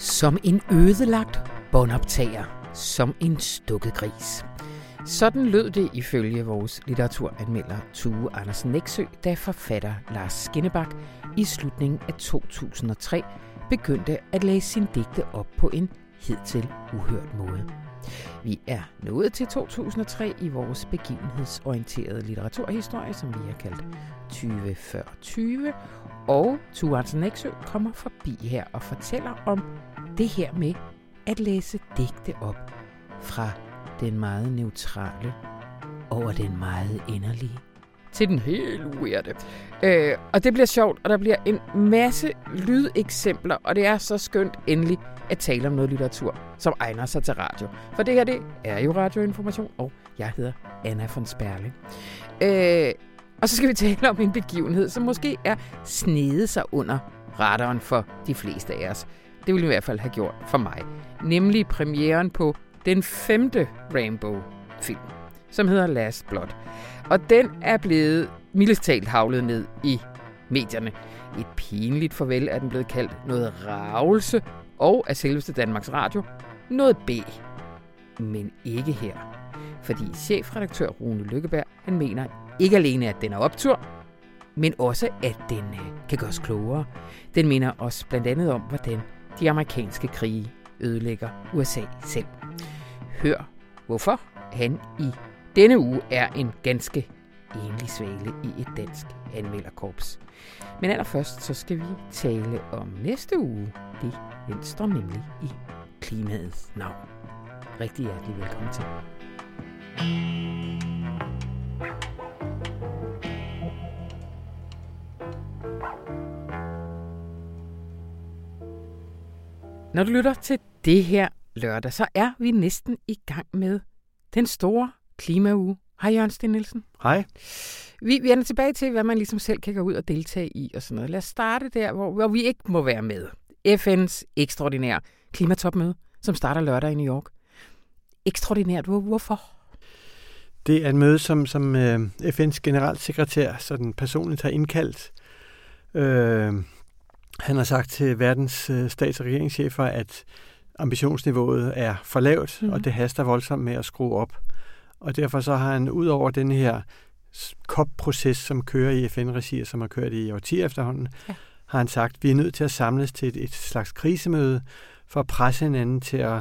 Som en ødelagt båndoptager, som en stukket gris. Sådan lød det ifølge vores litteraturanmelder Tue Andersen Nexø, da forfatter Lars Skinnebak i slutningen af 2003 begyndte at læse sine digte op på en hidtil uhørt måde. Vi er nået til 2003 i vores begivenhedsorienterede litteraturhistorie, som vi har kaldt 20 før 20, og Tue Andersen Nexø kommer forbi her og fortæller om det her med at læse digte op fra den meget neutrale over den meget inderlige til den helt weirde. Og det bliver sjovt, og der bliver en masse lydeksempler, og det er så skønt endelig at tale om noget litteratur, som egner sig til radio. For det her, det er jo radioinformation, og jeg hedder Anna von Sperling. Og så skal vi tale om en begivenhed, som måske er snedet sig under radaren for de fleste af os. Det ville i hvert fald have gjort for mig. Nemlig premieren på den 5. Rainbow-film, som hedder Last Blood. Og den er blevet mildest talt havlet ned i medierne. Et pinligt farvel er den blevet kaldt noget ravelse, og af selveste Danmarks Radio noget B. Men ikke her. Fordi chefredaktør Rune Lykkeberg, han mener ikke alene, at den er optur, men også, at den kan gøres klogere. Den minder os blandt andet om, hvordan de amerikanske krige ødelægger USA selv. Hør, hvorfor han i denne uge er en ganske enlig svale i et dansk anmelderkorps. Men allerførst så skal vi tale om næste uge. Den står nemlig i klimaets navn. Rigtig hjertelig velkommen til. Når du lytter til det her lørdag, så er vi næsten i gang med den store klimauge. Hej Jørgen Steen Nielsen. Hej. Vi ender tilbage til, hvad man ligesom selv kan gå ud og deltage i og sådan noget. Lad os starte der, hvor vi ikke må være med. FN's ekstraordinære klimatopmøde, som starter lørdag i New York. Ekstraordinært, hvorfor? Det er et møde, som FN's generalsekretær sådan personligt har indkaldt. Han har sagt til verdens stats- og regeringschefer, at ambitionsniveauet er for lavt, og det haster voldsomt med at skrue op. Og derfor så har han ud over den her COP-proces, som kører i FN-regi, som har kørt i årtier efterhånden, har han sagt, at vi er nødt til at samles til et slags krisemøde for at presse hinanden til at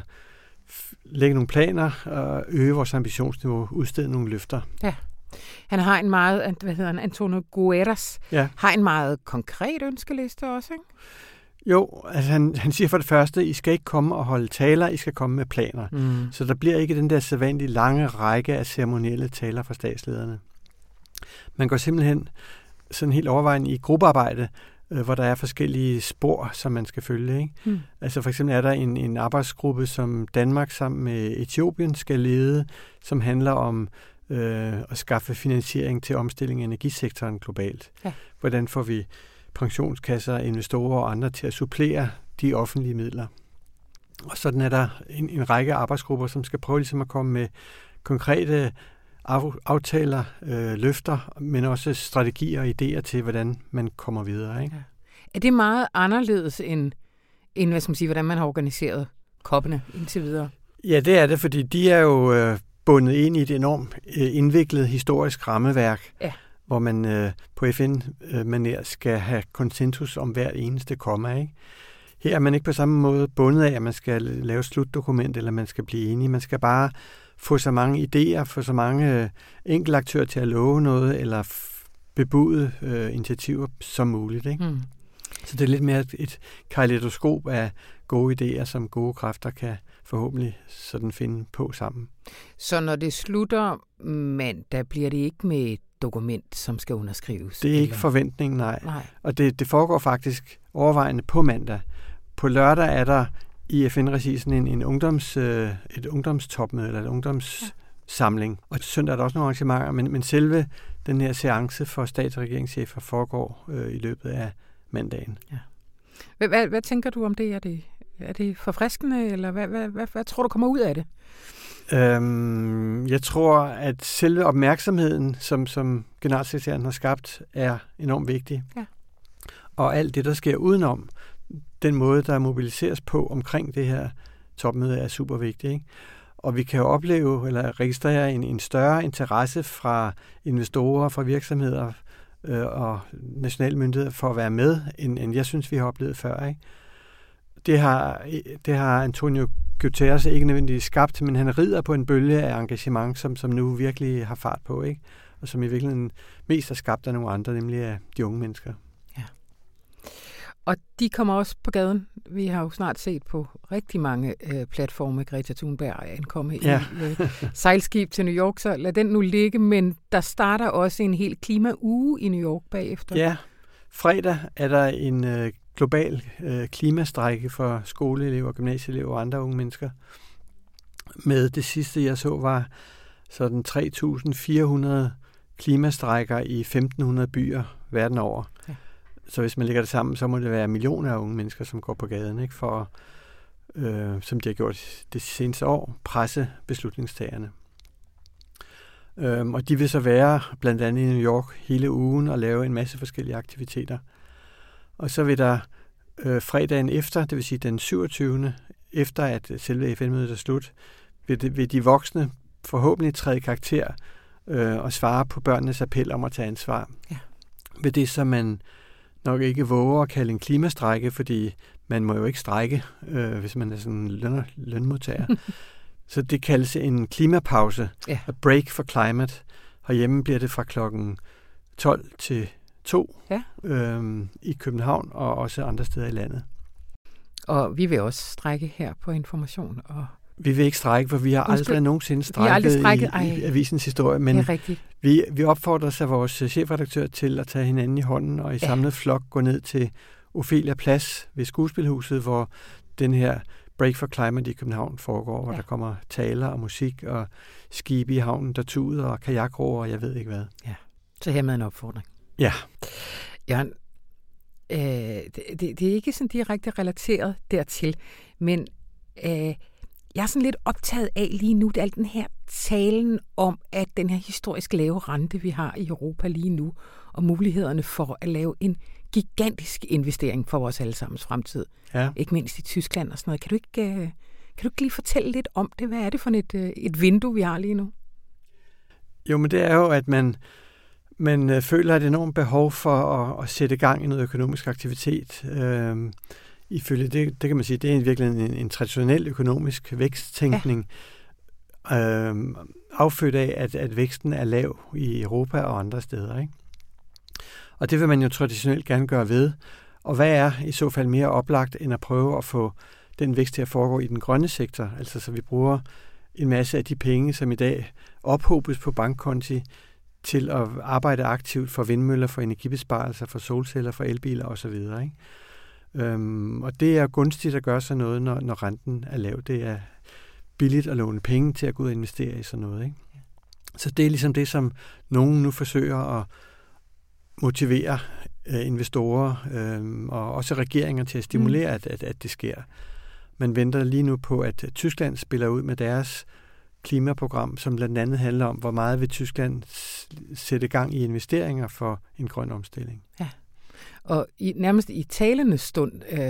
lægge nogle planer og øge vores ambitionsniveau, udstede nogle løfter. Ja. Han har en meget, Antonio Guterres, har en meget konkret ønskeliste også, ikke? Jo, altså han siger for det første, I skal ikke komme og holde taler, I skal komme med planer. Så der bliver ikke den der sædvanlige lange række af ceremonielle taler fra statslederne. Man går simpelthen sådan helt overvejende i gruppearbejde, hvor der er forskellige spor, som man skal følge, ikke? Altså for eksempel er der en arbejdsgruppe, som Danmark sammen med Etiopien skal lede, som handler om at skaffe finansiering til omstilling af energisektoren globalt. Ja. Hvordan får vi pensionskasser, investorer og andre til at supplere de offentlige midler. Og sådan er der en række arbejdsgrupper, som skal prøve ligesom at komme med konkrete aftaler, løfter, men også strategier og idéer til, hvordan man kommer videre, ikke? Ja. Er det meget anderledes end hvad skal man sige, hvordan man har organiseret COP'erne indtil videre? Ja, det er det, fordi de er jo bundet ind i et enormt indviklet historisk rammeværk, hvor man på FN-manér skal have konsensus om hver eneste komma, ikke? Her er man ikke på samme måde bundet af, at man skal lave slutdokument, eller man skal blive enige. Man skal bare få så mange idéer, få så mange enkeltaktører til at love noget, eller bebude initiativer som muligt, ikke? Så det er lidt mere et kaleidoskop af gode idéer, som gode kræfter kan forhåbentlig sådan finde på sammen. Så når det slutter mandag, bliver det ikke med et dokument, som skal underskrives? Det er ikke forventningen, nej. Og det foregår faktisk overvejende på mandag. På lørdag er der i FN-regi sådan et ungdomstopmøde, eller et ungdomssamling. Og søndag er der også nogle arrangementer, men selve den her seance for stats- og regeringschefer foregår i løbet af mandagen. Ja. Hvad tænker du om det? Er det forfriskende, eller hvad tror du kommer ud af det? Jeg tror, at selve opmærksomheden, som generalsekretæren har skabt, er enormt vigtig. Ja. Og alt det, der sker udenom, den måde, der mobiliseres på omkring det her topmøde, er super vigtig, ikke? Og vi kan jo opleve eller registrere en større interesse fra investorer, fra virksomheder og nationale myndigheder for at være med, end jeg synes, vi har oplevet før, ikke? Det har Antonio Guterres ikke nødvendigvis skabt, men han rider på en bølge af engagement, som nu virkelig har fart på, ikke? Og som i virkeligheden mest er skabt af nogle andre, nemlig af de unge mennesker. Ja. Og de kommer også på gaden. Vi har jo snart set på rigtig mange platforme, Greta Thunberg ankomme i sejlskib til New York, så lad den nu ligge, men der starter også en hel klimauge i New York bagefter. Ja, fredag er der en global klimastrejke for skoleelever, gymnasieelever og andre unge mennesker. Med det sidste, jeg så, var sådan 3.400 klimastrejker i 1.500 byer verden over. Ja. Så hvis man lægger det sammen, så må det være millioner af unge mennesker, som går på gaden, ikke, for, som de har gjort det seneste år, presse beslutningstagerne. Og de vil så være blandt andet i New York hele ugen og lave en masse forskellige aktiviteter. Og så vil der fredagen efter, det vil sige den 27. efter at selve FN-mødet er slut, vil de voksne forhåbentlig træde karakter og svare på børnenes appel om at tage ansvar. Ja. Ved det, som man nok ikke våger at kalde en klimastrejke, fordi man må jo ikke strejke, hvis man er sådan en lønmodtager. Så det kaldes en klimapause, a break for climate. Herhjemme bliver det fra klokken 12 til 2 i København og også andre steder i landet. Og vi vil også strejke her på Information. Og vi vil ikke strejke, for vi har aldrig nogensinde strejket i avisens historie, men vi opfordrer sig vores chefredaktør til at tage hinanden i hånden og i samlet flok gå ned til Ophelia Plads ved Skuespilhuset, hvor den her Break for Climate i København foregår, hvor der kommer taler og musik og skibe i havnen, der tuder og kajakroer og jeg ved ikke hvad. Ja, så her med en opfordring. Ja. Jørgen, det er ikke sådan direkte relateret dertil, men jeg er sådan lidt optaget af lige nu, det er al den her talen om, at den her historisk lave rente, vi har i Europa lige nu, og mulighederne for at lave en gigantisk investering for vores allesammens fremtid. Ja. Ikke mindst i Tyskland og sådan noget. Kan du ikke lige fortælle lidt om det? Hvad er det for et vindue, vi har lige nu? Jo, men det er jo, at man føler et enormt behov for at sætte gang i noget økonomisk aktivitet. Ifølge det kan man sige, det er virkelig en traditionel økonomisk væksttænkning, affødt af, at væksten er lav i Europa og andre steder, ikke? Og det vil man jo traditionelt gerne gøre ved. Og hvad er i så fald mere oplagt, end at prøve at få den vækst til at foregå i den grønne sektor? Altså så vi bruger en masse af de penge, som i dag ophobes på bankkonti, til at arbejde aktivt for vindmøller, for energibesparelser, for solceller, for elbiler osv., ikke? Og det er gunstigt at gøre sådan noget, når renten er lav. Det er billigt at låne penge til at gå ud og investere i sådan noget, ikke? Så det er ligesom det, som nogen nu forsøger at motivere investorer og også regeringer til at stimulere, at det sker. Man venter lige nu på, at Tyskland spiller ud med deres klimaprogram, som blandt andet handler om, hvor meget vil Tyskland sætte gang i investeringer for en grøn omstilling. Ja. Og nærmest i talende stund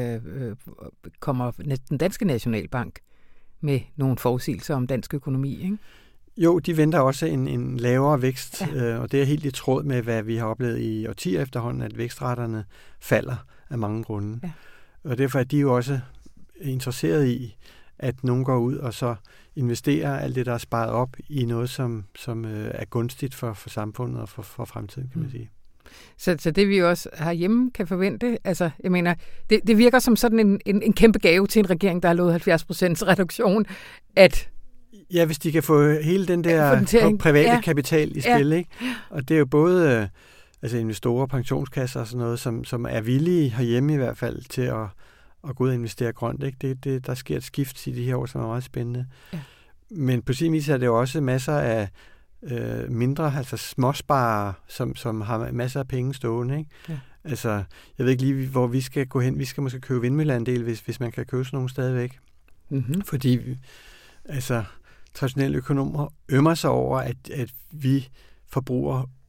kommer den danske Nationalbank med nogle forudsigelser om dansk økonomi, ikke? Jo, de venter også en lavere vækst, og det er helt i tråd med, hvad vi har oplevet i årtier efterhånden, at vækstraterne falder af mange grunde. Ja. Og derfor er de jo også interesseret i, at nogen går ud og så investerer alt det, der er sparet op i noget, som er gunstigt for samfundet og for fremtiden, kan man sige. Så det vi også herhjemme kan forvente, altså jeg mener, det virker som sådan en kæmpe gave til en regering, der har lovet 70% reduktion, at ja, hvis de kan få hele den der private kapital i spil, ikke? Og det er jo både investorer, pensionskasser og sådan noget, som er villige herhjemme i hvert fald til at gå ud og investere grønt, ikke? Der sker et skift i de her år, som er meget spændende. Ja. Men på sin vis er det jo også masser af mindre, altså småsparere, som har masser af penge stående, ikke? Ja. Altså, jeg ved ikke lige, hvor vi skal gå hen. Vi skal måske købe vindmølleandel, hvis man kan købe sådan nogle stadigvæk. Mm-hmm. Fordi traditionelle økonomer ømmer sig over, at vi forbruger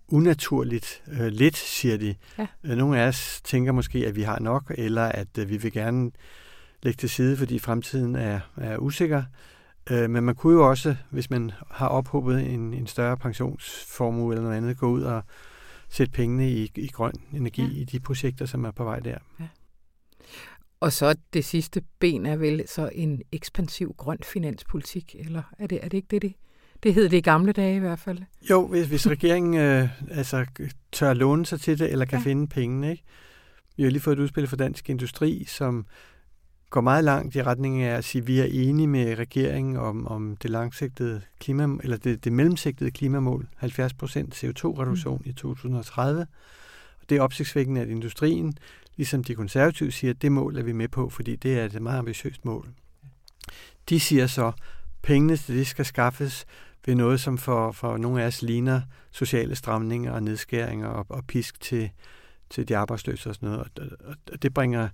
unaturligt lidt, siger de. Ja. Nogle af os tænker måske, at vi har nok, eller at vi vil gerne lægge til side, fordi fremtiden er usikker. Men man kunne jo også, hvis man har ophobet en større pensionsformue eller noget andet, gå ud og sætte pengene i grøn energi i de projekter, som er på vej der. Ja. Og så det sidste ben er vel så en ekspansiv grøn finanspolitik, eller er det ikke det? Det hed det i gamle dage i hvert fald. Jo, hvis regeringen tør låne sig til det, eller kan finde pengene. Ikke? Vi har lige fået et udspil fra Dansk Industri, som går meget langt i retning af at sige, at vi er enige med regeringen om det langsigtede eller det mellemsigtede klimamål, 70% CO2-reduktion i 2030. Og det er opsigtsvækkende, at industrien, ligesom de konservative, siger, at det mål er vi med på, fordi det er et meget ambitiøst mål. De siger så, at pengene til det skal skaffes ved noget, som for nogle af os ligner sociale stramninger og nedskæringer og pisk til de arbejdsløse og sådan noget. Og det bringer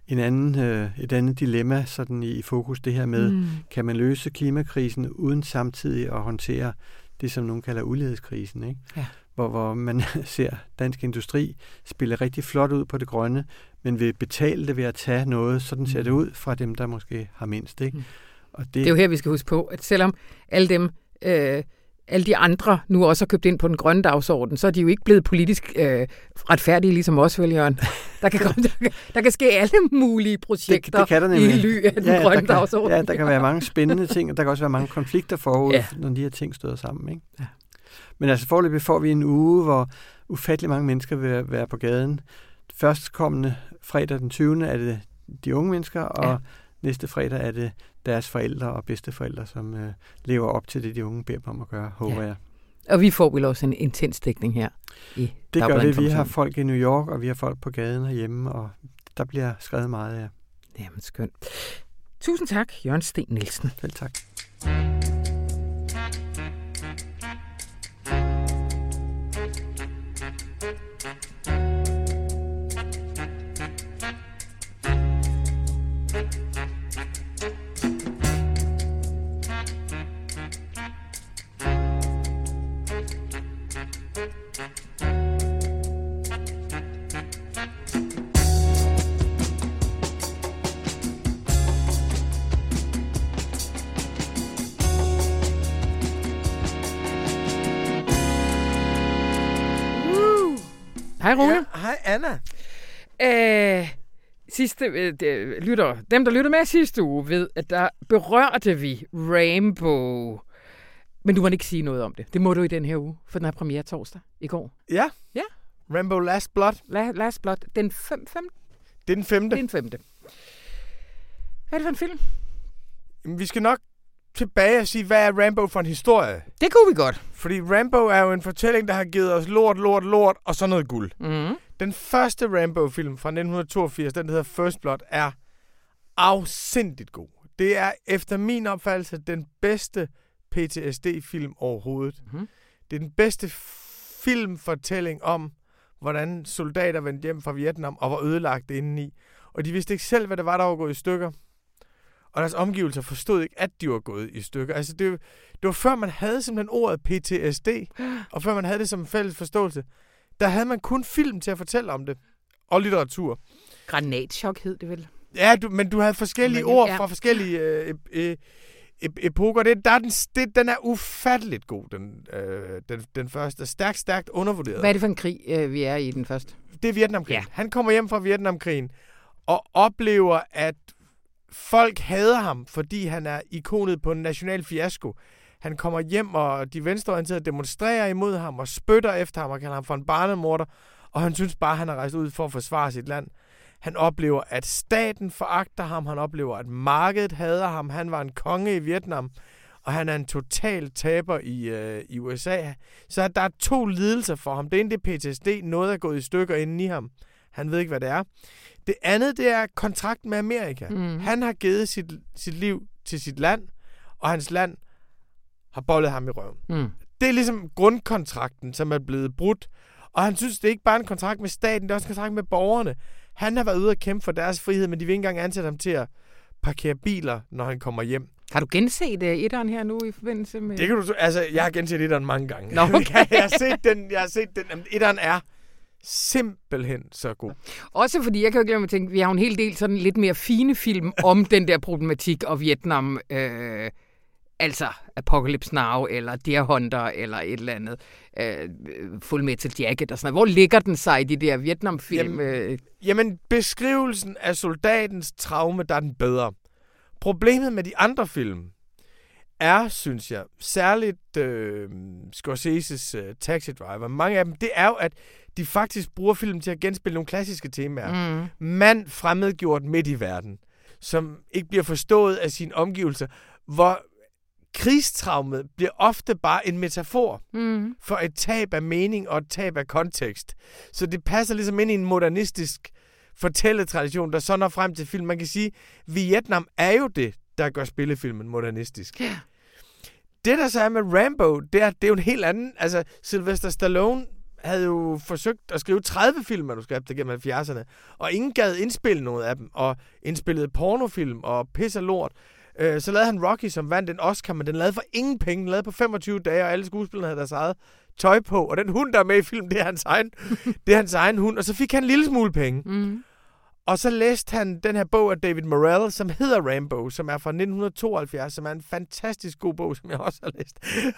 et andet dilemma sådan i fokus, det her med, kan man løse klimakrisen uden samtidig at håndtere det, som nogen kalder ulighedskrisen, ikke? Ja. Hvor man ser Dansk Industri spille rigtig flot ud på det grønne, men vil betale det ved at tage noget, sådan ser det ud fra dem, der måske har mindst, ikke? Og det er jo her, vi skal huske på, at selvom alle de andre nu også har købt ind på den grønne dagsorden, så er de jo ikke blevet politisk retfærdige, ligesom os, vel, Jørgen. Der kan ske alle mulige projekter det kan der i ly af den grønne dagsorden. Ja, der kan være mange spændende ting, og der kan også være mange konflikter forud, når de her ting støder sammen, ikke? Ja. Men altså foreløbig får vi en uge, hvor ufattelig mange mennesker vil være på gaden. Førstkommende fredag den 20. er det de unge mennesker, og næste fredag er det deres forældre og bedsteforældre, som lever op til det, de unge beder om at gøre, håber jeg. Og vi får vel også en intens dækning her i det gør vi. Vi har folk i New York, og vi har folk på gaden herhjemme, og der bliver skrevet meget, ja. Jamen, skønt. Tusind tak, Jørgen Steen Nielsen. Selv tak. Hej Rune. Ja, hej Anna. Dem, der lyttede med sidste uge, ved, at der berørte vi Rainbow. Men du må ikke sige noget om det. Det må du i den her uge, for den er premiere torsdag i går. Ja. Rainbow Last Blood. Last Blood. Den 5. Det er den 5. Det er den 5. Hvad er det for en film? Vi skal nok tilbage og sige, hvad er Rainbow for en historie? Det kunne vi godt. Fordi Rainbow er jo en fortælling, der har givet os lort, og så noget guld. Mm. Den første Rainbow-film fra 1982, den der hedder First Blood, er afsindigt god. Det er efter min opfattelse den bedste PTSD-film overhovedet. Mm. Det er den bedste filmfortælling om, hvordan soldater vendte hjem fra Vietnam og var ødelagt indeni. Og de vidste ikke selv, hvad det var, der var gået i stykker. Og deres omgivelser forstod ikke, at de var gået i stykker. Altså, det var før man havde simpelthen ordet PTSD, og før man havde det som en fælles forståelse. Der havde man kun film til at fortælle om det, og litteratur. Granatchok hed det vel? Ja, men du havde forskellige ord fra forskellige epoker. Den er ufatteligt god, den første. Stærkt undervurderet. Hvad er det for en krig, vi er i den første? Det er Vietnamkrigen. Ja. Han kommer hjem fra Vietnamkrigen og oplever, at folk hader ham, fordi han er ikonet på en national fiasko. Han kommer hjem, og de venstreorienterede demonstrerer imod ham og spytter efter ham og kalder ham for en barnemorder, og han synes bare, at han er rejst ud for at forsvare sit land. Han oplever, at staten foragter ham. Han oplever, at markedet hader ham. Han var en konge i Vietnam, og han er en total taber i USA. Så der er 2 lidelser for ham. Det ene, det er PTSD. Noget er gået i stykker inden i ham. Han ved ikke, hvad det er. Det andet, det er kontrakten med Amerika. Mm. Han har givet sit liv til sit land, og hans land har bollet ham i røven. Mm. Det er ligesom grundkontrakten, som er blevet brudt. Og han synes, det er ikke bare en kontrakt med staten, det er også en kontrakt med borgerne. Han har været ude at kæmpe for deres frihed, men de vil ikke engang ansætte ham til at parkere biler, når han kommer hjem. Har du genset etteren her nu i forbindelse med... Det kan du... Altså, jeg har genset etteren mange gange. Nå, okay. Jeg har set den. Etteren er simpelthen så god. Også fordi, jeg kan jo glemme at tænke, vi har en hel del sådan lidt mere fine film om den der problematik og Vietnam, altså Apocalypse Now, eller Deer Hunter, eller et eller andet, Full Metal Jacket og sådan noget. Hvor ligger den sig i de der Vietnam-film? Jamen, beskrivelsen af soldatens traume, der er den bedre. Problemet med de andre film er, synes jeg, særligt Scorseses Taxi Driver, mange af dem, det er jo, at de faktisk bruger film til at genspille nogle klassiske temaer. Mand fremmedgjort midt i verden, som ikke bliver forstået af sine omgivelser, hvor krigstraumet bliver ofte bare en metafor for et tab af mening og et tab af kontekst. Så det passer ligesom ind i en modernistisk fortælletradition, der så når frem til film. Man kan sige, Vietnam er jo det, der gør spillefilmen modernistisk. Yeah. Det, der så er med Rambo, det er jo en helt anden... Altså, Sylvester Stallone havde jo forsøgt at skrive 30 filmmanuskripter gennem 70'erne, og ingen gad indspille noget af dem, og indspillede pornofilm og pis og lort. Så lavede han Rocky, som vandt en Oscar, men den lavede for ingen penge. Den lavede på 25 dage, og alle skuespillerne havde deres eget tøj på, og den hund, der er med i filmen, det er hans egen hund, og så fik han en lille smule penge. Og så læste han den her bog af David Morrell, som hedder Rambo, som er fra 1972, som er en fantastisk god bog, som jeg også har læst,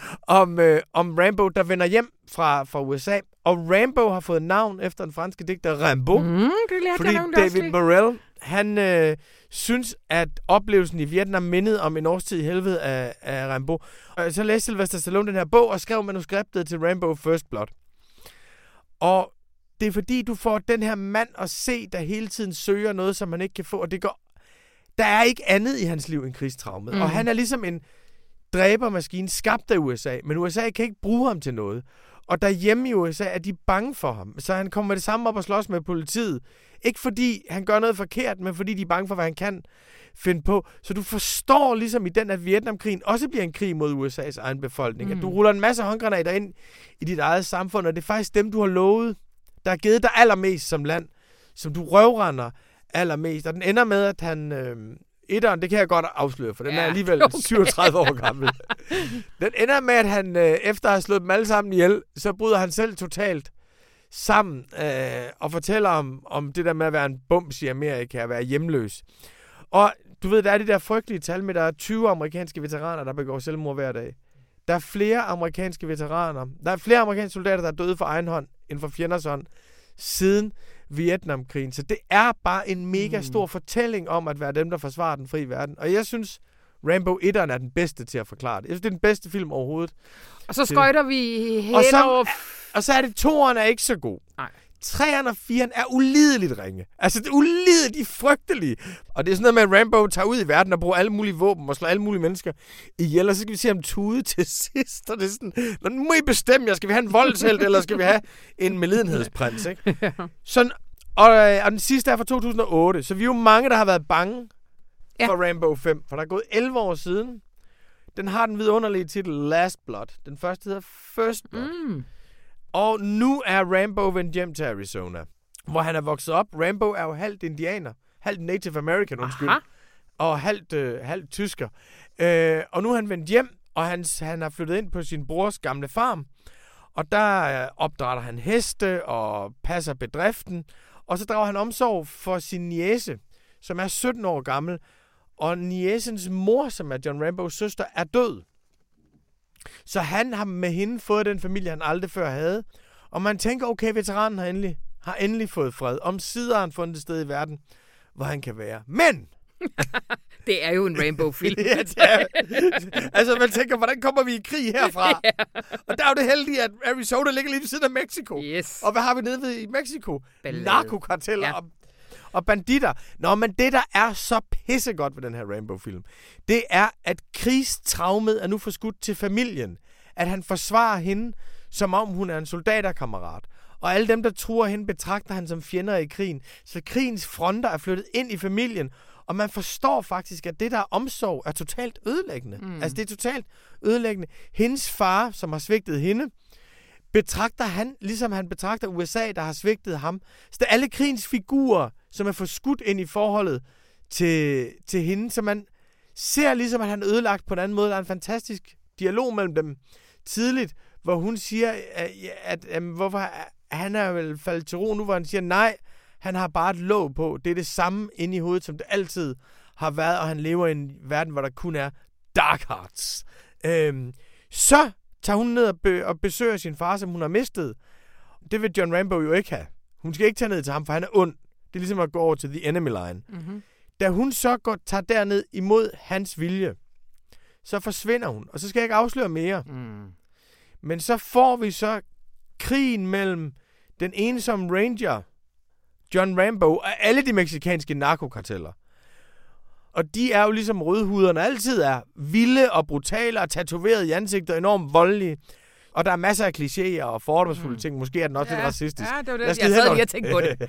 om Rambo, der vender hjem fra USA. Og Rambo har fået navn efter den franske digter Rimbaud, fordi David Morrell, han synes, at oplevelsen i Vietnam mindede om en årstid i helvede af Rimbaud. Og så læste Sylvester Stallone den her bog og skrev manuskriptet til Rambo First Blood. Og det er fordi, du får den her mand at se, der hele tiden søger noget, som man ikke kan få, og der er ikke andet i hans liv end krigstraumet. Og han er ligesom en dræbermaskine skabt af USA, men USA kan ikke bruge ham til noget. Og derhjemme i USA er de bange for ham, så han kommer med det samme op og slås med politiet. Ikke fordi han gør noget forkert, men fordi de er bange for, hvad han kan finde på. Så du forstår ligesom i den, at Vietnamkrigen også bliver en krig mod USA's egen befolkning. At du ruller en masse håndgranater ind i dit eget samfund, og det er faktisk dem, du har lovet, der har givet dig allermest som land, som du røvrender allermest. Og den ender med, at han... etteren, det kan jeg godt afsløre, for den er alligevel 37 år gammel. Den ender med, at han efter at have slået dem alle sammen ihjel, så bryder han selv totalt sammen og fortæller om det der med at være en bums i Amerika, at være hjemløs. Og du ved, der er det der frygtelige tal med, der er 20 amerikanske veteraner, der begår selvmord hver dag. Der er flere amerikanske veteraner, der er flere amerikanske soldater, der er døde for egen hånd, end for fjenders hånd, siden Vietnamkrigen. Så det er bare en mega stor fortælling om at være dem, der forsvarer den frie verden. Og jeg synes, Rambo 1'eren er den bedste til at forklare det. Jeg synes, det er den bedste film overhovedet. Og så skøjter vi henover... Og så er det 2'eren er ikke så god. Nej. 3'eren og 4'eren er ulideligt ringe. Altså, det er ulideligt, de er frygtelige. Og det er sådan noget med, at Rambo tager ud i verden og bruger alle mulige våben og slår alle mulige mennesker ihjel, og så skal vi se ham tude til sidst. Og det er sådan, nu må I bestemme, skal vi have en voldshelt, eller skal vi have en medlidenhedsprins, ikke? Sådan, og den sidste er fra 2008, så vi er jo mange, der har været bange for Rambo 5, for der er gået 11 år siden. Den har den vidunderlige titel Last Blood. Den første hedder First Blood. Og nu er Rambo vendt hjem til Arizona, hvor han er vokset op. Rambo er jo halvt indianer, halvt Native American, og halvt tysker. Og nu er han vendt hjem, og han har flyttet ind på sin brors gamle farm. Og der opdrætter han heste og passer bedriften. Og så drager han omsorg for sin niece, som er 17 år gammel. Og niecens mor, som er John Rambos søster, er død. Så han har med hende fået den familie, han aldrig før havde. Og man tænker, okay, veteranen har endelig fået fred. Omsider har han fundet et sted i verden, hvor han kan være. Men! Det er jo en Rambo-film. Ja, det er. Altså, man tænker, hvordan kommer vi i krig herfra? Og der er jo det heldige, at Arizona ligger lige ved siden af Mexico. Yes. Og hvad har vi nede ved i Mexico? Narkokarteller og banditter. Nå, men det, der er så pissegodt ved den her Rambo-film, det er, at krigstraumet er nu forskudt til familien. At han forsvarer hende, som om hun er en soldaterkammerat. Og alle dem, der truer hende, betragter han som fjender i krigen. Så krigens fronter er flyttet ind i familien. Og man forstår faktisk, at det der omsorg er totalt ødelæggende. Altså, det er totalt ødelæggende. Hendes far, som har svigtet hende, betragter han, ligesom han betragter USA, der har svigtet ham. Så det er alle krigens figurer, som er forskudt ind i forholdet til hende, så man ser ligesom, at han er ødelagt på en anden måde. Der er en fantastisk dialog mellem dem tidligt, hvor hun siger, at hvorfor han er vel faldet til ro nu, hvor han siger, nej, han har bare et låg på. Det er det samme inde i hovedet, som det altid har været, og han lever i en verden, hvor der kun er dark hearts. Så tager hun ned og besøger sin far, som hun har mistet. Det vil John Rambo jo ikke have. Hun skal ikke tage ned til ham, for han er ond. Det er ligesom at gå over til The Enemy Line. Mm-hmm. Da hun så tager derned imod hans vilje, så forsvinder hun. Og så skal jeg ikke afsløre mere. Mm. Men så får vi så krigen mellem den ensomme ranger, John Rambo, og alle de mexikanske narkokarteller. Og de er jo ligesom rødhuderne altid er. Vilde og brutale og tatoveret i ansigtet, enormt voldelige. Og der er masser af klichéer og fordomsfulde ting. Måske er den også lidt racistisk. Ja, det var det. Jeg sad lige og tænkte på det.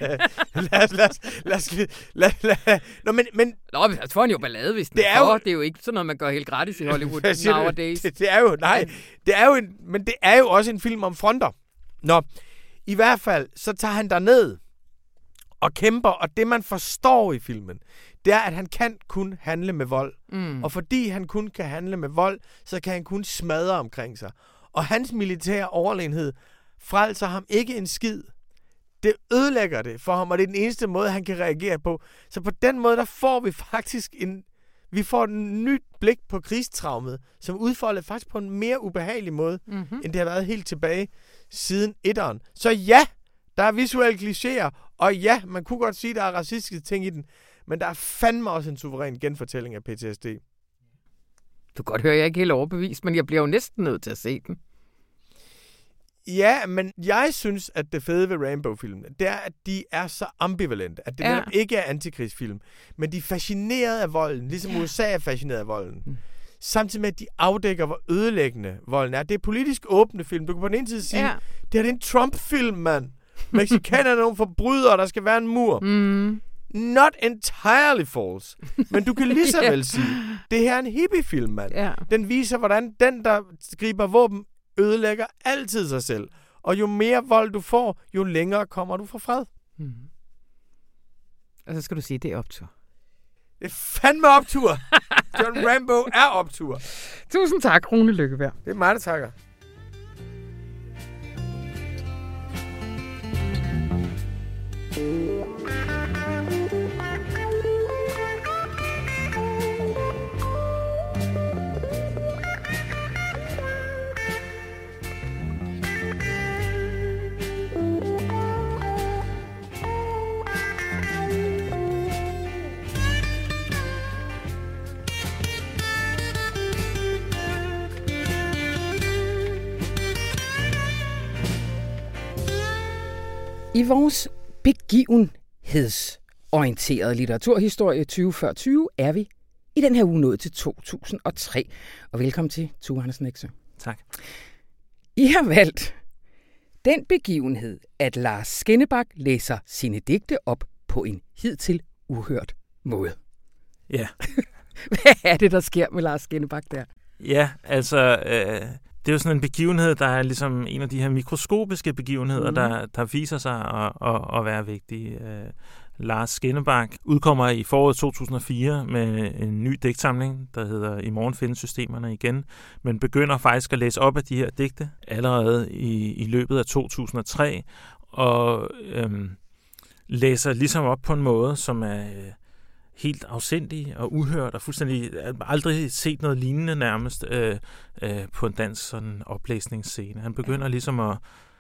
Nå, vi får jo ballade, hvis den er. Det er jo ikke sådan noget, man gør helt gratis i Hollywood nowadays. Det er jo, nej. Det er jo men det er jo også en film om fronter. Nå, i hvert fald, så tager han derned og kæmper. Og det, man forstår i filmen, det er, at han kan kun handle med vold. Og fordi han kun kan handle med vold, så kan han kun smadre omkring sig. Og hans militære overlegenhed frelser ham ikke en skid. Det ødelægger det for ham, og det er den eneste måde, han kan reagere på. Så på den måde, der får vi faktisk vi får et nyt blik på krigstraumet, som udfolder faktisk på en mere ubehagelig måde, end det har været helt tilbage siden etteren. Så ja, der er visuelle klichéer, og ja, man kunne godt sige, at der er racistiske ting i den, men der er fandme også en suveræn genfortælling af PTSD. Du kan godt høre, jeg er ikke helt overbevist, men jeg bliver jo næsten nødt til at se den. Ja, men jeg synes, at det fede ved Rambo-filmene, det er, at de er så ambivalente, at det netop ikke er antikrigsfilm, men de er fascineret af volden, ligesom USA er fascineret af volden. Samtidig med, at de afdækker, hvor ødelæggende volden er. Det er politisk åbne film. Du kan på den ene side sige, det er en Trump-film, mand. Mexikanerne er nogle forbrydere, der skal være en mur. Not entirely false. Men du kan lige så vel sige, det her er en hippie-film, mand. Den viser, hvordan den, der griber våben, ødelægger altid sig selv. Og jo mere vold du får, jo længere kommer du fra fred. Og så skal du sige, det er optur. Det er fandme optur. John Rambo er optur. Tusind tak, Rune Lykkeberg. Det er mig, der takker. I vores begivenhedsorienterede litteraturhistorie 2040 er vi i den her uge nået til 2003. Og velkommen til Tue Andersen Nexø. Tak. I har valgt den begivenhed, at Lars Skinnebak læser sine digte op på en hidtil uhørt måde. Ja. Hvad er det, der sker med Lars Skinnebak der? Ja, altså... Det er jo sådan en begivenhed, der er ligesom en af de her mikroskopiske begivenheder, der viser sig at være vigtige. Lars Skinnebak udkommer i foråret 2004 med en ny digtsamling, der hedder I morgen findes systemerne igen, men begynder faktisk at læse op af de her digte allerede i løbet af 2003, og læser ligesom op på en måde, som er helt afsindig og uhørt, og fuldstændig aldrig set noget lignende nærmest på en dansk sådan oplæsningsscene. Han begynder ligesom at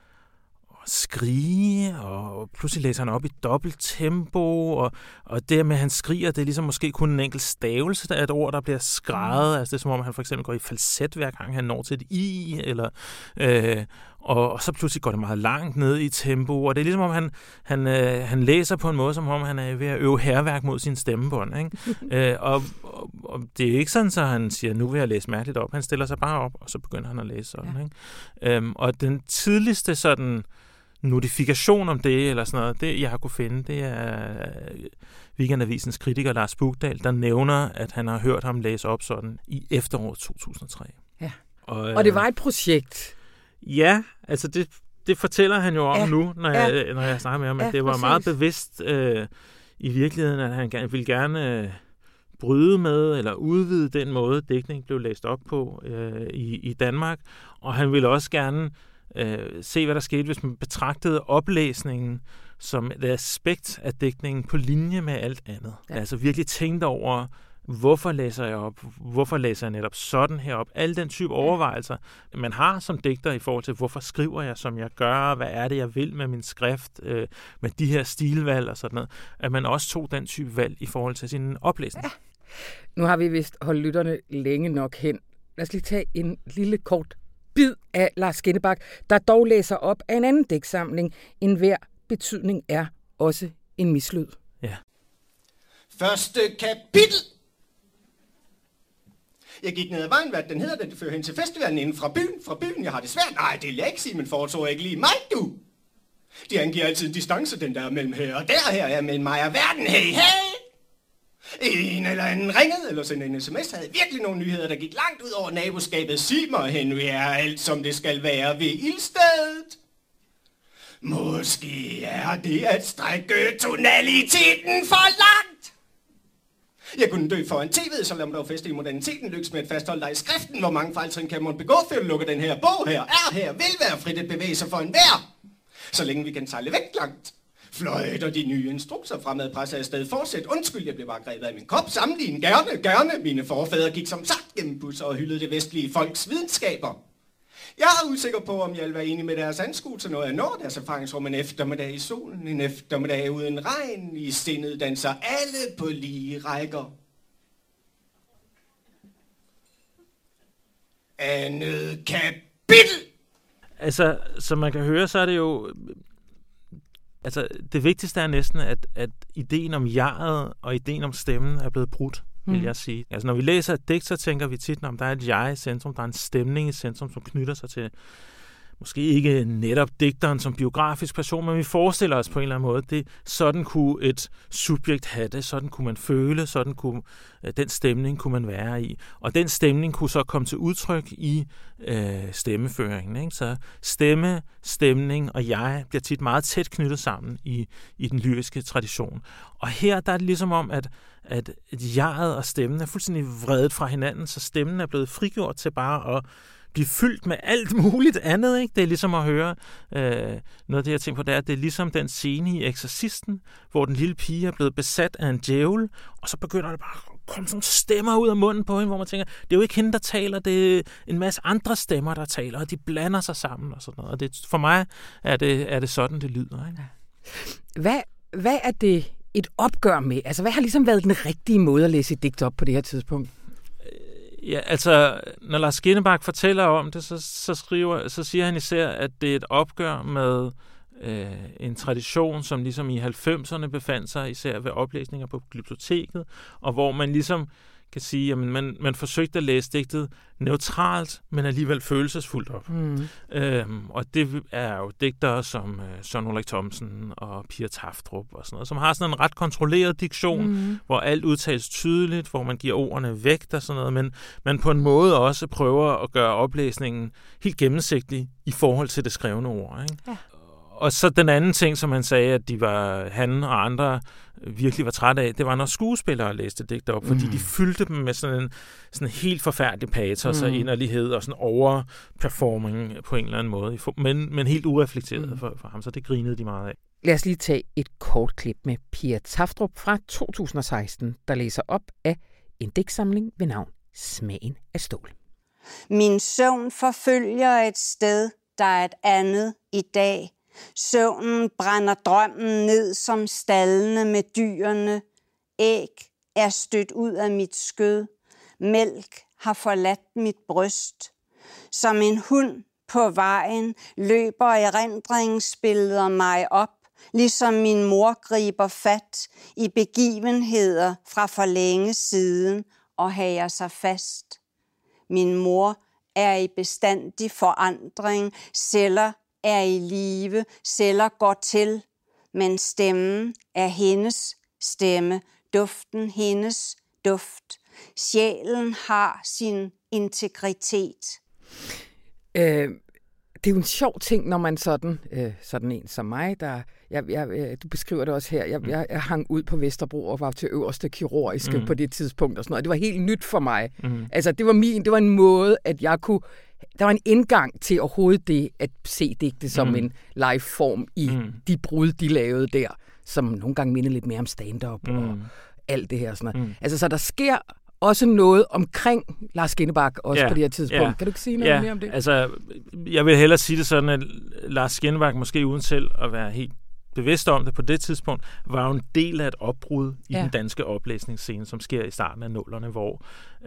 skrige, og pludselig læser han op i dobbelt tempo, og det med, at han skriger, det er ligesom måske kun en enkelt stavelse af et ord, der bliver skreget. Altså det er som om, han for eksempel går i falset hver gang, han når til et i, eller... Og så pludselig går det meget langt ned i tempo, og det er ligesom om, han læser på en måde, som om han er ved at øve hærværk mod sin stemmebånd. Ikke? Og det er ikke sådan, så han siger, nu vil jeg læse mærkeligt op. Han stiller sig bare op, og så begynder han at læse sådan. Ja. Ikke? Og den tidligste sådan notifikation om det, eller sådan noget, det jeg har kunne finde, det er Weekendavisens kritiker Lars Bugdal, der nævner, at han har hørt ham læse op sådan i efteråret 2003. Ja. Og det var et projekt. Ja, altså det fortæller han jo om nu, når jeg snakker med ham, at det var meget bevidst i virkeligheden, at han ville gerne bryde med eller udvide den måde, digtning blev læst op på i Danmark. Og han ville også gerne se, hvad der skete, hvis man betragtede oplæsningen som et aspekt af digtningen på linje med alt andet. Ja. Altså virkelig tænkte over, hvorfor læser jeg op? Hvorfor læser jeg netop sådan her op? Alle den type overvejelser, man har som digter i forhold til, hvorfor skriver jeg, som jeg gør? Hvad er det, jeg vil med min skrift? Med de her stilvalg og sådan noget. At man også tog den type valg i forhold til sin oplæsning. Ja. Nu har vi vist holdt lytterne længe nok hen. Lad os lige tage en lille kort bid af Lars Skinnebak, der dog læser op af en anden digtsamling. Enhver betydning er også en mislyd. Ja. Første kapitel. Jeg gik ned ad vejen, hvad den hedder, det fører hen til festivalen inden fra byen. Jeg har det svært. Nej, det vil jeg ikke sige, men foretog ikke lige mig, du. De angiver altid en distance, den der mellem her og der. Her er mellem mig og verden. Hey. En eller anden ringede, eller sendte en sms, havde virkelig nogle nyheder, der gik langt ud over naboskabet. Sig mig, Henry, er alt som det skal være ved ildstedet. Måske er det at strække tonaliteten for langt. Jeg kunne dø foran tv'et, så lad mig dog feste i moderniteten. Lykkes med at fastholde dig i skriften. Hvor mange fejltrin kan man begå, før du lukker den her bog her? Er her, vil være frit at bevæge sig for enhver. Så længe vi kan sejle væk langt. Fløjter de nye instrukser fremad presser afsted. Fortsæt, undskyld, jeg blev bare grebet af min krop. Sammenlign, gerne. Mine forfædre gik som sagt gennem busser og hyldede det vestlige folks videnskaber. Jeg er usikker på, om jeg vil være enig med deres anskuelse, når jeg når deres erfaringsrum en eftermiddag i solen, en eftermiddag uden regn. I sindet danser alle på lige rækker. Andet kapitel! Altså, som man kan høre, så er det jo... Altså, det vigtigste er næsten, at ideen om jeget og ideen om stemmen er blevet brudt, vil jeg sige. Altså, når vi læser et digt, så tænker vi tit, om der er et jeg i centrum, der er en stemning i centrum, som knytter sig til måske ikke netop digteren som biografisk person, men vi forestiller os på en eller anden måde, sådan kunne et subjekt have det, sådan kunne man føle, sådan kunne den stemning kunne man være i. Og den stemning kunne så komme til udtryk i stemmeføringen. Ikke? Så stemme, stemning og jeg bliver tit meget tæt knyttet sammen i den lyriske tradition. Og her der er det ligesom om, at jeget og stemmen er fuldstændig vredet fra hinanden, så stemmen er blevet frigjort til bare at blive fyldt med alt muligt andet. Ikke? Det er ligesom at høre noget af det, jeg tænker på, det er ligesom den scene i Eksorcisten, hvor den lille pige er blevet besat af en djævel, og så begynder det bare at komme sådan stemmer ud af munden på hende, hvor man tænker, det er jo ikke hende, der taler, det er en masse andre stemmer, der taler, og de blander sig sammen og sådan noget. Og det, for mig er det sådan, det lyder. Ikke? Hvad er det et opgør med? Altså, hvad har ligesom været den rigtige måde at læse et digt op på det her tidspunkt? Ja, altså, når Lars Skinnebak fortæller om det, så siger han især, at det er et opgør med en tradition, som ligesom i 90'erne befandt sig, især ved oplæsninger på biblioteket, og hvor man ligesom kan sige, at man forsøgte at læse digtet neutralt, men alligevel følelsesfuldt op. Og det er jo digtere som Søren Ulrik Thomsen og Pia Taftrup og sådan noget, som har sådan en ret kontrolleret diktion, hvor alt udtales tydeligt, hvor man giver ordene vægt og sådan noget, men man på en måde også prøver at gøre oplæsningen helt gennemsigtig i forhold til det skrevne ord. Ikke? Ja. Og så den anden ting, som han sagde, at han og andre virkelig var trætte af, det var, når skuespillere læste digter op, fordi de fyldte dem med sådan en helt forfærdelig patos og inderlighed og sådan overperforming på en eller anden måde, men helt ureflekteret for ham, så det grinede de meget af. Lad os lige tage et kort klip med Pia Taftrup fra 2016, der læser op af en digtsamling ved navn Smagen af stål. Min søvn forfølger et sted, der er et andet i dag. Søvnen brænder drømmen ned som staldene med dyrene. Æg er stødt ud af mit skød. Mælk har forladt mit bryst. Som en hund på vejen løber erindringsbilleder mig op, ligesom min mor griber fat i begivenheder fra for længe siden og hager sig fast. Min mor er i bestandig forandring, celler er i live, celler går til, men stemmen er hendes stemme, duften hendes duft. Sjælen har sin integritet. det er jo en sjov ting, når man sådan en som mig, du beskriver det også her, jeg hang ud på Vesterbro og var til øverste kirurgiske på det tidspunkt og sådan noget. Det var helt nyt for mig. Altså, det var en måde, at jeg kunne... Der var en indgang til overhovedet det, at se digte som en live-form i de brud, de lavede der, som nogle gange minder lidt mere om stand-up og alt det her. Sådan noget. Altså, så der sker også noget omkring Lars Skinnebak også på det her tidspunkt. Kan du ikke sige noget mere om det? Altså, jeg vil hellere sige det sådan, at Lars Skinnebak måske uden selv at være helt bevidst om det på det tidspunkt, var jo en del af et opbrud i den danske oplæsningsscene, som sker i starten af 00'erne, hvor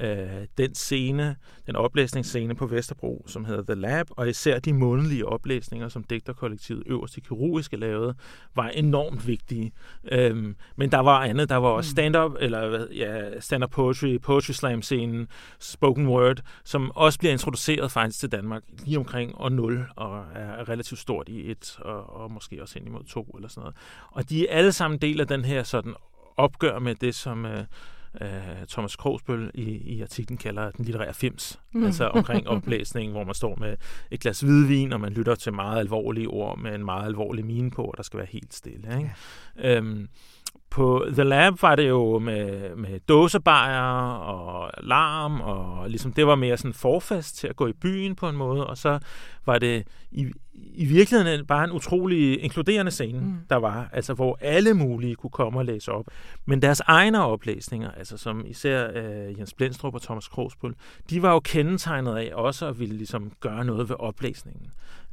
den oplæsningsscene på Vesterbro, som hedder The Lab, og især de månedlige oplæsninger, som digterkollektivet Øverste Kirurgiske lavede, var enormt vigtige. Men der var andet. Der var også stand-up, stand-up poetry slam-scenen, spoken word, som også bliver introduceret faktisk til Danmark lige omkring år 0, og er relativt stort i 1, og måske også hen imod 2 eller sådan noget. Og de er alle sammen del af den her sådan opgør med det, som Thomas Krogsbøl i artiklen kalder den litterære fims. Altså omkring oplæsningen, hvor man står med et glas hvidvin, og man lytter til meget alvorlige ord med en meget alvorlig mine på, og der skal være helt stille. Ikke? Ja. På The Lab var det jo med dåsebajer og larm, og ligesom det var mere sådan forfest til at gå i byen på en måde, og så var det i virkeligheden bare en utrolig inkluderende scene, der var, altså hvor alle mulige kunne komme og læse op. Men deres egne oplæsninger, altså som især Jens Blendstrup og Thomas Krogsbøl, de var jo kendetegnet af også at ville ligesom gøre noget ved oplæsningen.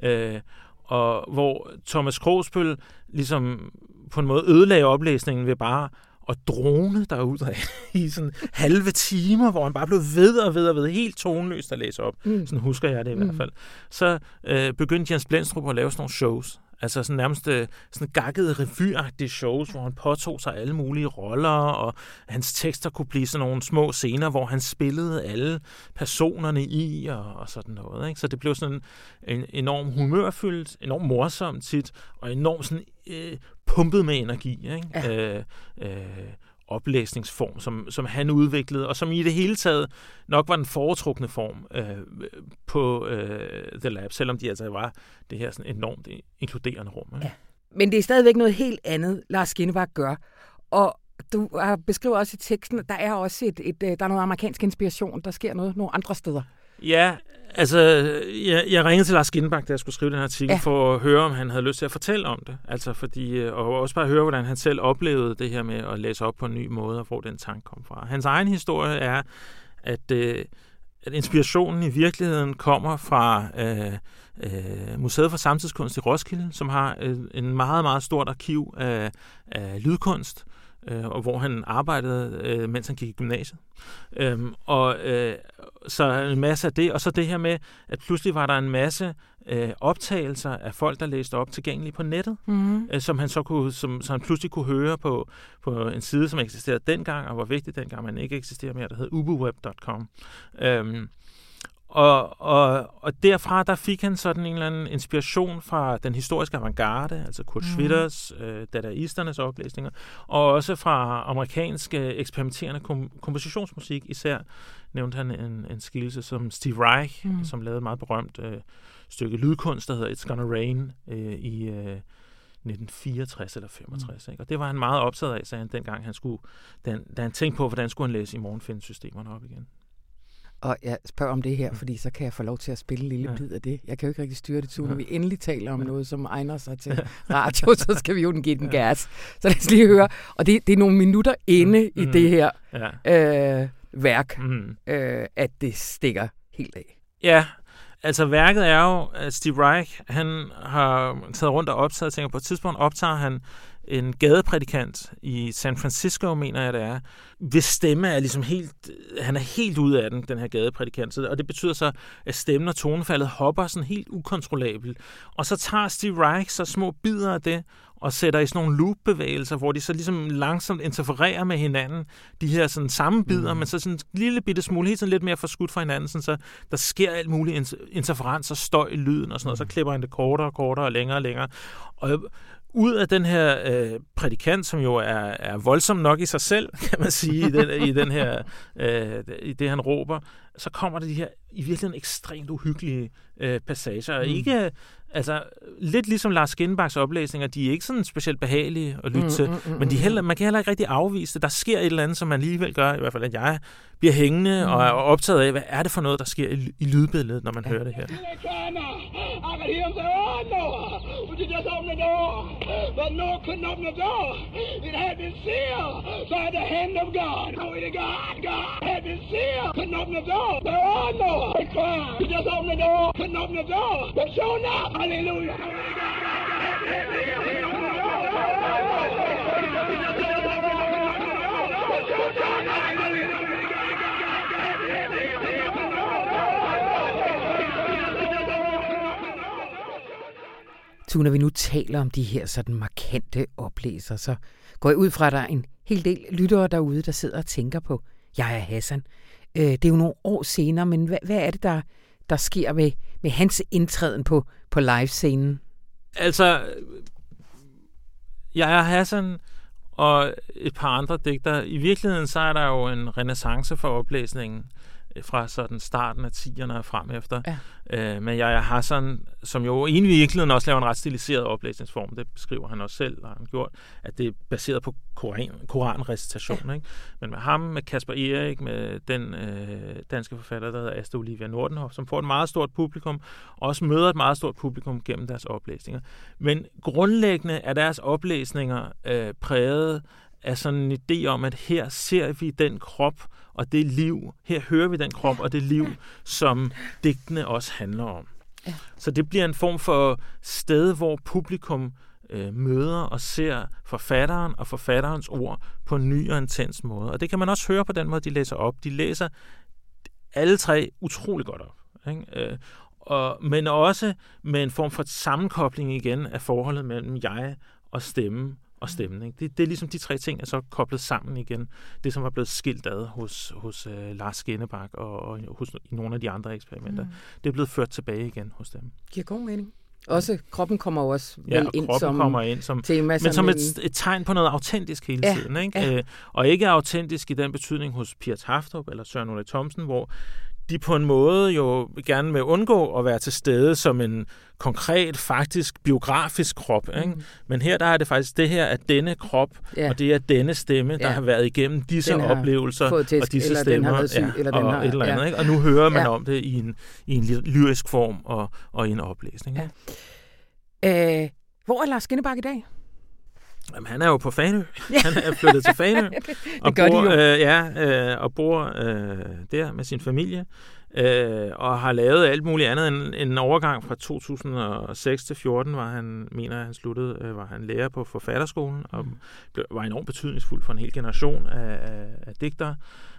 Og hvor Thomas Krogsbøl ligesom på en måde ødelagde oplæsningen ved bare at drone derudad i sådan halve timer, hvor han bare blev ved og ved helt toneløst at læse op. Sådan husker jeg det i hvert fald. Så begyndte Jens Blendstrup at lave sådan nogle shows. Altså sådan nærmest sådan gakkede revyagtige shows, hvor han påtog sig alle mulige roller, og hans tekster kunne blive sådan nogle små scener, hvor han spillede alle personerne i, og sådan noget. Ikke? Så det blev sådan en enorm humørfyldt, enormt morsomt tit, og enormt sådan pumpet med energi. Ikke? Ja. Oplæsningsform, som han udviklede, og som i det hele taget nok var den foretrukne form på The Lab, selvom de altså var det her sådan enormt inkluderende rum. Ja. Men det er stadigvæk noget helt andet, Lars Skinnebak gør. Og du beskriver også i teksten, at der er også der er noget amerikansk inspiration, der sker noget nogle andre steder. Ja, altså, jeg ringede til Lars Skinnebak, da jeg skulle skrive den her artikel, for at høre, om han havde lyst til at fortælle om det. Altså, og også bare høre, hvordan han selv oplevede det her med at læse op på en ny måde, og hvor den tanke kom fra. Hans egen historie er, at inspirationen i virkeligheden kommer fra Museet for Samtidskunst i Roskilde, som har en meget, meget stort arkiv af lydkunst, og hvor han arbejdede, mens han gik i gymnasiet. Så en masse af det, og så det her med, at pludselig var der en masse optagelser af folk, der læste op tilgængelige på nettet, som han så kunne, som han pludselig kunne høre på en side, som eksisterede dengang, og var vigtigt dengang, man ikke eksisterer mere, der hed ubuweb.com. Og derfra, der fik han sådan en eller anden inspiration fra den historiske avantgarde, altså Kurt Schwitters, dadaisternes oplæsninger, og også fra amerikanske eksperimenterende kompositionsmusik. Især nævnte han en skikkelse som Steve Reich, som lavede et meget berømt stykke lydkunst, der hedder It's Gonna Rain i 1964 eller 65. Ikke? Og det var han meget optaget af, sagde han, dengang da han tænkte på, hvordan skulle han læse i morgen finde systemerne op igen. Og jeg spørger om det her, fordi så kan jeg få lov til at spille en lille bid af det. Jeg kan jo ikke rigtig styre det, når vi endelig taler om noget, som egner sig til radio, så skal vi jo give den gas. Så lad os lige høre. Og det er nogle minutter inde i det her værk, at det stikker helt af. Ja, altså værket er jo, at Steve Reich, han har taget rundt og optaget, tænker på et tidspunkt optager han en gadeprædikant i San Francisco, mener jeg det er, hvis stemme er ligesom han er helt ude af den her gadeprædikant, og det betyder så, at stemmen og tonefaldet hopper sådan helt ukontrollabelt. Og så tager Steve Reich så små bidder af det, og sætter i sådan nogle loop-bevægelser, hvor de så ligesom langsomt interfererer med hinanden, de her sådan samme bidder, men så sådan en lille bitte smule, helt sådan lidt mere forskudt fra hinanden, sådan så der sker alt muligt interferens og støj i lyden og sådan noget, så klipper han det kortere og kortere og længere og længere. Og ud af den her prædikant, som jo er voldsom nok i sig selv, kan man sige, i det han råber, så kommer der de her i virkeligheden ekstremt uhyggelige passager. Ikke, altså, lidt ligesom Lars Skinnebachs oplæsninger, de er ikke sådan specielt behagelige at lytte til, men man kan heller ikke rigtig afvise det. Der sker et eller andet, som man alligevel gør, i hvert fald at jeg bliver hængende og er optaget af, hvad er det for noget, der sker i lydbilledet, når man hører det her. Would you just open the door? But Noah couldn't open the door. It had been sealed. So at the hand of God, glory to God, God had been sealed. Couldn't open the door. There are Noah. They cried. You just open the door. Couldn't open the door. But sure enough, hallelujah. Når vi nu taler om de her sådan markante oplæser, så går jeg ud fra, at der er en hel del lyttere derude, der sidder og tænker på Yahya Hassan. Det er jo nogle år senere, men hvad er det, der sker med hans indtræden på livescenen? Altså, Yahya Hassan og et par andre digtere, i virkeligheden så er der jo en renæssance for oplæsningen fra sådan starten af 10'erne og frem efter. Ja. Men Yahya Hassan, som jo i virkeligheden også laver en ret stiliseret oplæsningsform, det beskriver han også selv, har han gjort, at det er baseret på koranrecitation. Ja. Ikke? Men med ham, med Kasper Erik, med den danske forfatter, der hedder Asta Olivia Nordenhof, som får et meget stort publikum, og også møder et meget stort publikum gennem deres oplæsninger. Men grundlæggende er deres oplæsninger præget af sådan en idé om, at her ser vi den krop og det liv, her hører vi den krop og det liv, som digtene også handler om. Ja. Så det bliver en form for sted, hvor publikum møder og ser forfatteren og forfatterens ord på en ny og intens måde. Og det kan man også høre på den måde, de læser op. De læser alle tre utrolig godt op. Ikke? Men også med en form for sammenkobling igen af forholdet mellem jeg og stemme og stemning. Det er ligesom de tre ting, er så koblet sammen igen. Det, som var blevet skilt ad hos Lars Skinnebach og i nogle af de andre eksperimenter. Det er blevet ført tilbage igen hos dem. Giver god mening. Også kroppen kommer jo også ind som tema. Men som et tegn på noget autentisk hele tiden. Ikke? Ja. Og ikke autentisk i den betydning hos Pia Tafdrup eller Søren Ulrik Thomsen, hvor de på en måde jo gerne vil undgå at være til stede som en konkret, faktisk biografisk krop. Ikke? Men her der er det faktisk det her, at denne krop, og det er denne stemme, der har været igennem disse oplevelser og disse stemmer, og et eller andet. Ikke? Og nu hører man om det i en lyrisk form og i en oplæsning. Ja. Hvor er Lars Skinnebach i dag? Jamen, han er jo på Fanø. Han er flyttet til Fanø og bor der med sin familie og har lavet alt muligt andet end en overgang fra 2006 til 14, var han lærer på forfatterskolen og var enormt betydningsfuld for en hel generation af digtere.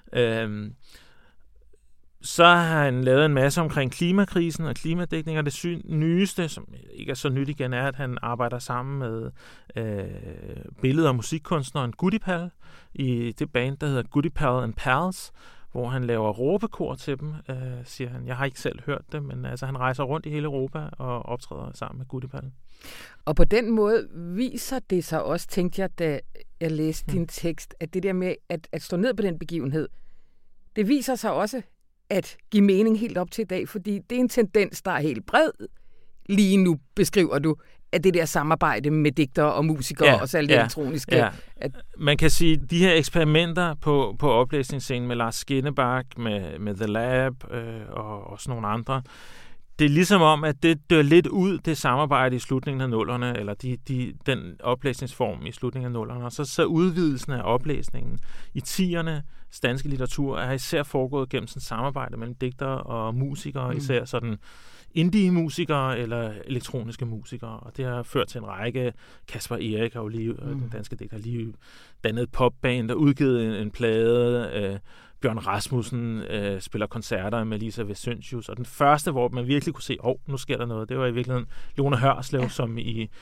Så har han lavet en masse omkring klimakrisen og klimadækning, og det nyeste, som ikke er så nyt igen, er, at han arbejder sammen med billed- og musikkunstneren Goodiepal i det band, der hedder Goodiepal and Pals, hvor han laver råbekor til dem, siger han. Jeg har ikke selv hørt det, men altså, han rejser rundt i hele Europa og optræder sammen med Goodiepal. Og på den måde viser det sig også, tænkte jeg, da jeg læste din tekst, at det der med at stå ned på den begivenhed, det viser sig også at give mening helt op til i dag, fordi det er en tendens, der er helt bred. Lige nu beskriver du, at det der samarbejde med digtere og musikere og så alt det elektroniske. Ja. Man kan sige, at de her eksperimenter på oplæsningsscenen med Lars Skinnebach, med The Lab og også nogle andre, det er ligesom om, at det dør lidt ud, det samarbejde i slutningen af nullerne, eller den oplæsningsform i slutningen af nullerne, og så udvidelsen af oplæsningen i 10'ernes danske litteratur er især foregået gennem sådan samarbejde mellem digtere og musikere, især sådan indie-musikere eller elektroniske musikere, og det har ført til en række. Kasper Erik har jo lige, den danske digter, lige dannet et popband og udgivet en plade. Bjørn Rasmussen spiller koncerter med Lisa Vesyntius, og den første, hvor man virkelig kunne se, nu sker der noget, det var i virkeligheden Lone Hørslev, som i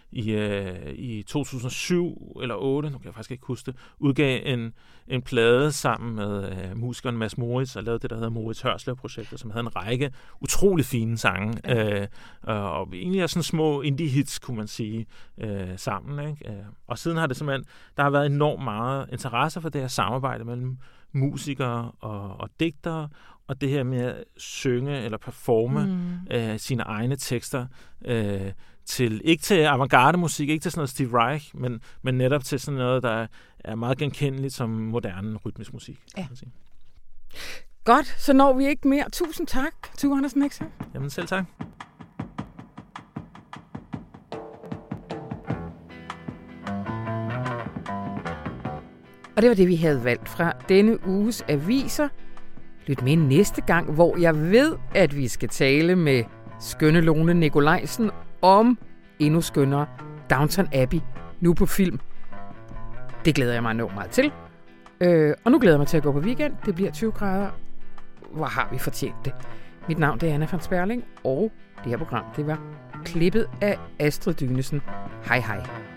i 2007 eller 2008, nu kan jeg faktisk ikke huske det, udgav en plade sammen med musikeren Mads Moritz og lavede det, der hedder Moritz Hørslev-projektet, som havde en række utrolig fine sange, og egentlig er sådan små indie-hits, kunne man sige, sammen. Ikke? Og siden har det simpelthen, der har været enormt meget interesse for det her samarbejde mellem musikere og digtere, og det her med at synge eller performe sine egne tekster ikke til avantgarde-musik, ikke til sådan noget Steve Reich, men netop til sådan noget, der er meget genkendeligt som moderne rytmisk musik. Ja. Godt, så når vi ikke mere. Tusind tak, Tue Andersen Nexø. Jamen selv tak. Og det var det, vi havde valgt fra denne uges aviser. Lyt med næste gang, hvor jeg ved, at vi skal tale med skønne Lone Nikolajsen om endnu skønnere Downton Abbey, nu på film. Det glæder jeg mig enormt meget til. Og nu glæder jeg mig til at gå på weekend. Det bliver 20 grader. Hvor har vi fortjent det? Mit navn det er Anna van Sperling, og det her program det var klippet af Astrid Dynesen. Hej hej.